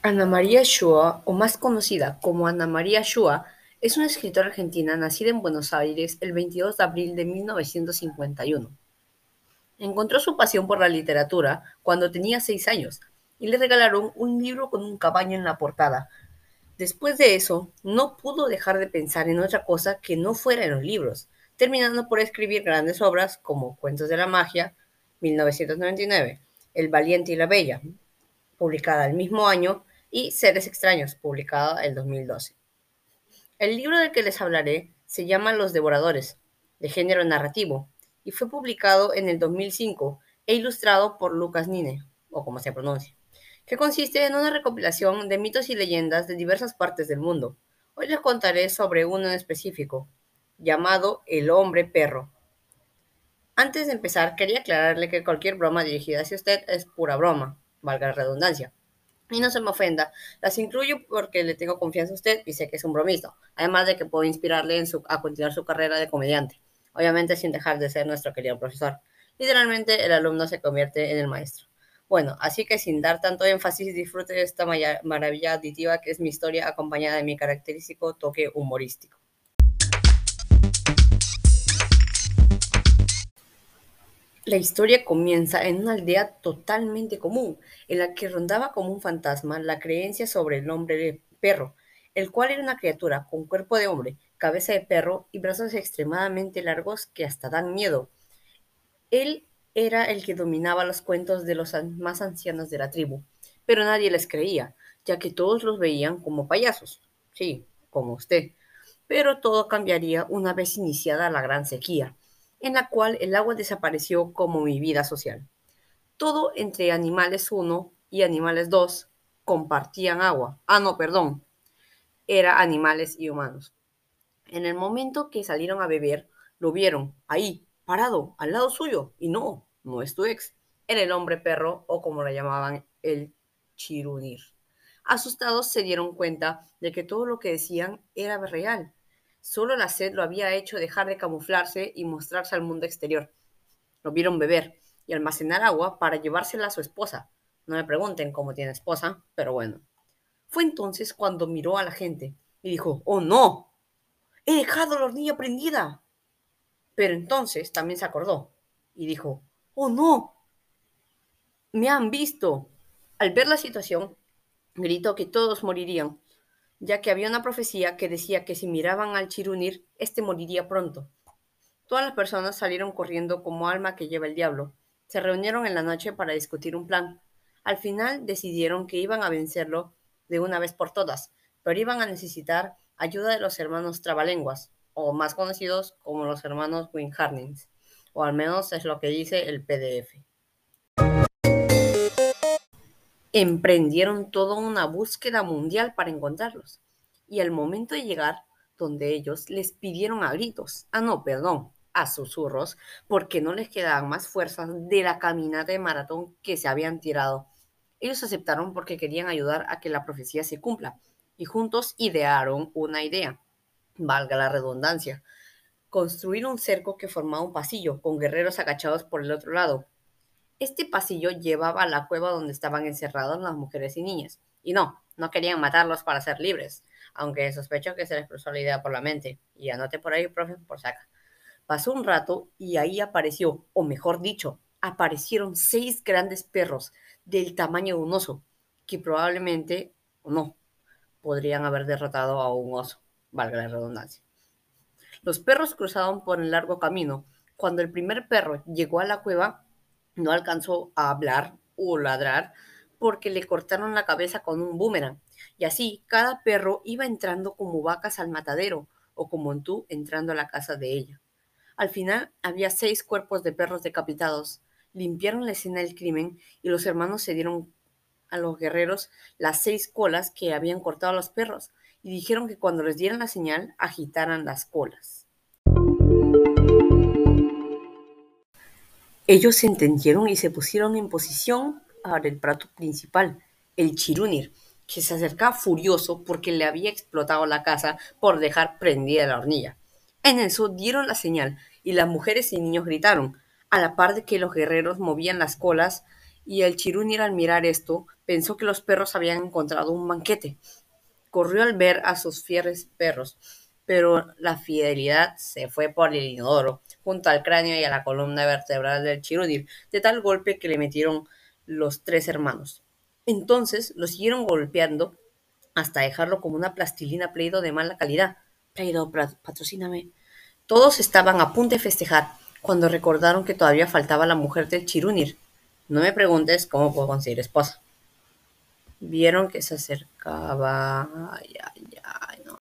Ana María Shua, o más conocida como Ana María Shua, es una escritora argentina nacida en Buenos Aires el 22 de abril de 1951. Encontró su pasión por la literatura cuando tenía 6 años y le regalaron un libro con un caballo en la portada. Después de eso, no pudo dejar de pensar en otra cosa que no fuera en los libros, terminando por escribir grandes obras como Cuentos de la Magia, 1999, El Valiente y la Bella, publicada el mismo año, y Seres extraños, publicada el 2012. El libro del que les hablaré se llama Los Devoradores, de género narrativo, y fue publicado en el 2005 e ilustrado por Lucas Nine, o como se pronuncia, que consiste en una recopilación de mitos y leyendas de diversas partes del mundo. Hoy les contaré sobre uno en específico, llamado El Hombre Perro. Antes de empezar, quería aclararle que cualquier broma dirigida hacia usted es pura broma, valga la redundancia. Y no se me ofenda, las incluyo porque le tengo confianza a usted y sé que es un bromista, además de que puedo inspirarle a continuar su carrera de comediante, obviamente sin dejar de ser nuestro querido profesor. Literalmente el alumno se convierte en el maestro. Bueno, así que sin dar tanto énfasis, disfrute de esta maravilla aditiva que es mi historia acompañada de mi característico toque humorístico. La historia comienza en una aldea totalmente común, en la que rondaba como un fantasma la creencia sobre el hombre de perro, el cual era una criatura con cuerpo de hombre, cabeza de perro y brazos extremadamente largos que hasta dan miedo. Él era el que dominaba los cuentos de los más ancianos de la tribu, pero nadie les creía, ya que todos los veían como payasos. Sí, como usted. Pero todo cambiaría una vez iniciada la gran sequía, en la cual el agua desapareció como mi vida social. Todo entre Animales uno y Animales 2 compartían agua. Ah, no, perdón. Era animales y humanos. En el momento que salieron a beber, lo vieron ahí, parado, al lado suyo. Y no, no es tu ex. Era el hombre perro, o como lo llamaban, el chirunir. Asustados se dieron cuenta de que todo lo que decían era real. Solo la sed lo había hecho dejar de camuflarse y mostrarse al mundo exterior. Lo vieron beber y almacenar agua para llevársela a su esposa. No me pregunten cómo tiene esposa, pero bueno. Fue entonces cuando miró a la gente y dijo, ¡Oh no! ¡He dejado la hornilla prendida! Pero entonces también se acordó y dijo, ¡Oh no! ¡Me han visto! Al ver la situación, gritó que todos morirían, ya que había una profecía que decía que si miraban al Chirunir, éste moriría pronto. Todas las personas salieron corriendo como alma que lleva el diablo. Se reunieron en la noche para discutir un plan. Al final decidieron que iban a vencerlo de una vez por todas, pero iban a necesitar ayuda de los hermanos Trabalenguas, o más conocidos como los hermanos Winharnings, o al menos es lo que dice el PDF. Emprendieron toda una búsqueda mundial para encontrarlos, y al momento de llegar donde ellos les pidieron a gritos, no, perdón, a susurros, porque no les quedaban más fuerzas de la caminata de maratón que se habían tirado. Ellos aceptaron porque querían ayudar a que la profecía se cumpla, y juntos idearon una idea, valga la redundancia, construir un cerco que formaba un pasillo, con guerreros agachados por el otro lado. Este pasillo llevaba a la cueva donde estaban encerradas las mujeres y niñas. Y no, no querían matarlos para ser libres, aunque sospecho que se les cruzó la idea por la mente. Y anote por ahí, profe, por saca. Pasó un rato y ahí apareció, o mejor dicho, aparecieron 6 grandes perros del tamaño de un oso, que probablemente, o no, podrían haber derrotado a un oso, valga la redundancia. Los perros cruzaban por el largo camino. Cuando el primer perro llegó a la cueva, no alcanzó a hablar o ladrar porque le cortaron la cabeza con un boomerang. Y así cada perro iba entrando como vacas al matadero o como tú entrando a la casa de ella. Al final había 6 cuerpos de perros decapitados. Limpiaron la escena del crimen y los hermanos se dieron a los guerreros las 6 colas que habían cortado a los perros y dijeron que cuando les dieran la señal agitaran las colas. Ellos se entendieron y se pusieron en posición para el plato principal, el chirunir, que se acercaba furioso porque le había explotado la casa por dejar prendida la hornilla. En eso dieron la señal y las mujeres y niños gritaron, a la par de que los guerreros movían las colas Y el Chirunir al mirar esto pensó que los perros habían encontrado un banquete. Corrió al ver a sus fieles perros, pero la fidelidad se fue por el inodoro, junto al cráneo y a la columna vertebral del Chirunir, de tal golpe que le metieron los tres hermanos. Entonces lo siguieron golpeando hasta dejarlo como una plastilina Play-Doh de mala calidad. Play-Doh, patrocíname. Todos estaban a punto de festejar cuando recordaron que todavía faltaba la mujer del Chirunir. No me preguntes cómo puedo conseguir esposa. Vieron que se acercaba. Ay, ay,